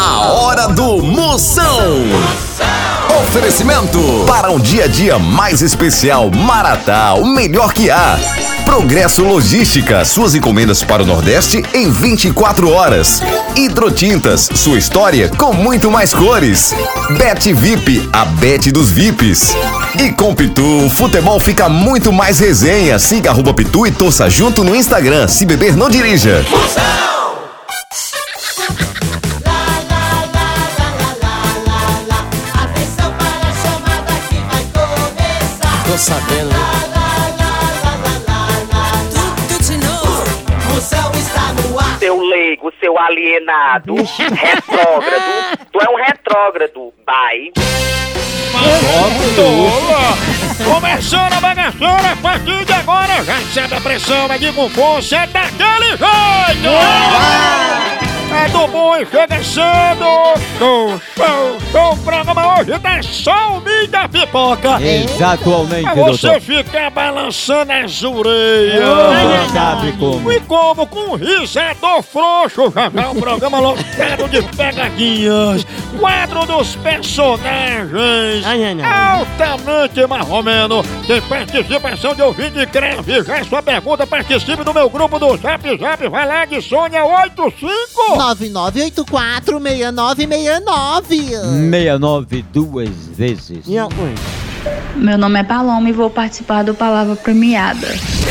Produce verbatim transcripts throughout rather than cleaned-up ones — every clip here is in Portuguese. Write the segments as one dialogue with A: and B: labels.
A: A hora do Moção. Oferecimento para um dia a dia mais especial. Maratá, o melhor que há. Progresso Logística, suas encomendas para o Nordeste em vinte e quatro horas. Hidrotintas, sua história com muito mais cores. Bet V I P, a Bet dos V I Ps. E com Pitu, o futebol fica muito mais resenha. Siga arroba Pitu e torça junto no Instagram. Se beber, não dirija.
B: Tô sabendo, né?
C: Tudo de novo. Moção está no ar.
D: Seu leigo, seu alienado, retrógrado. Tu é um retrógrado, bye.
E: Tola! Começando a bagaceira, a partir de agora já recebe a pressão, mas digo força, é daquele jeito! É do bom e chega cedo! Show, show, show! O programa hoje tá só o milho da pipoca!
B: Exatamente,
E: pra
B: doutor.
E: você ficar balançando as orelhas!
B: Oh, sabe como?
E: E como com um risador frouxo, já já um programa lotado de pegadinhas! Quadro dos personagens!
B: Ai, ai, ai.
E: Altamente marromeno! Tem participação de ouvinte e creve! Já é sua pergunta, participe do meu grupo do Zap Zap! Vai lá de Sônia oito cinco!
F: nove nove oito quatro seis nove seis nove.
B: sessenta e nove duas vezes.
G: Meu nome é Paloma e vou participar do Palavra Premiada.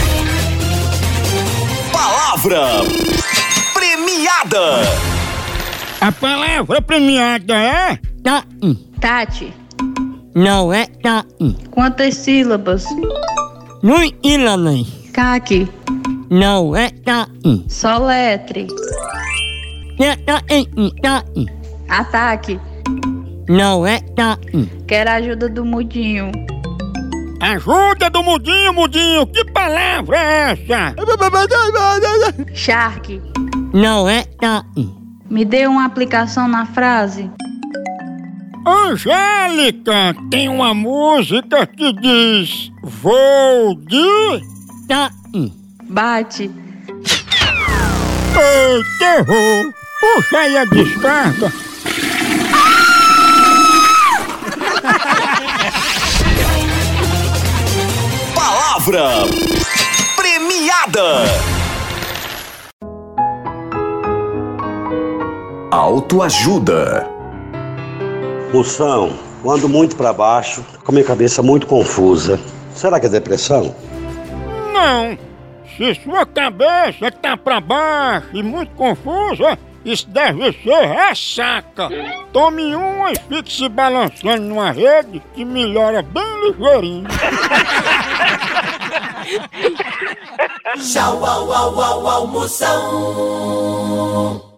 A: Palavra Premiada.
E: A palavra premiada é...
G: Tati,
F: Não é tá.
G: quantas sílabas?
F: Não ilanai.
G: Caqui,
F: Não é tá.
G: soletre,
F: Tá em tá.
G: ataque.
F: Não é tá.
G: Quero a ajuda do mudinho.
E: Ajuda do mudinho, mudinho! Que palavra é essa?
G: Shark,
F: Não é tá.
G: me dê uma aplicação na frase.
E: Angélica tem uma música que diz... Vou de...
F: Tá.
G: Bate,
E: Eita, errou! Puxa aí a descarga!
A: Palavra Premiada. Autoajuda.
H: Moção, eu ando muito pra baixo, com a minha cabeça muito confusa. Será que é depressão?
E: Não! Se sua cabeça tá pra baixo e muito confusa, isso deve ser ressaca. Tome uma e fique se balançando numa rede que melhora bem ligeirinho.
C: Tchau, au, au, au, au, Moção.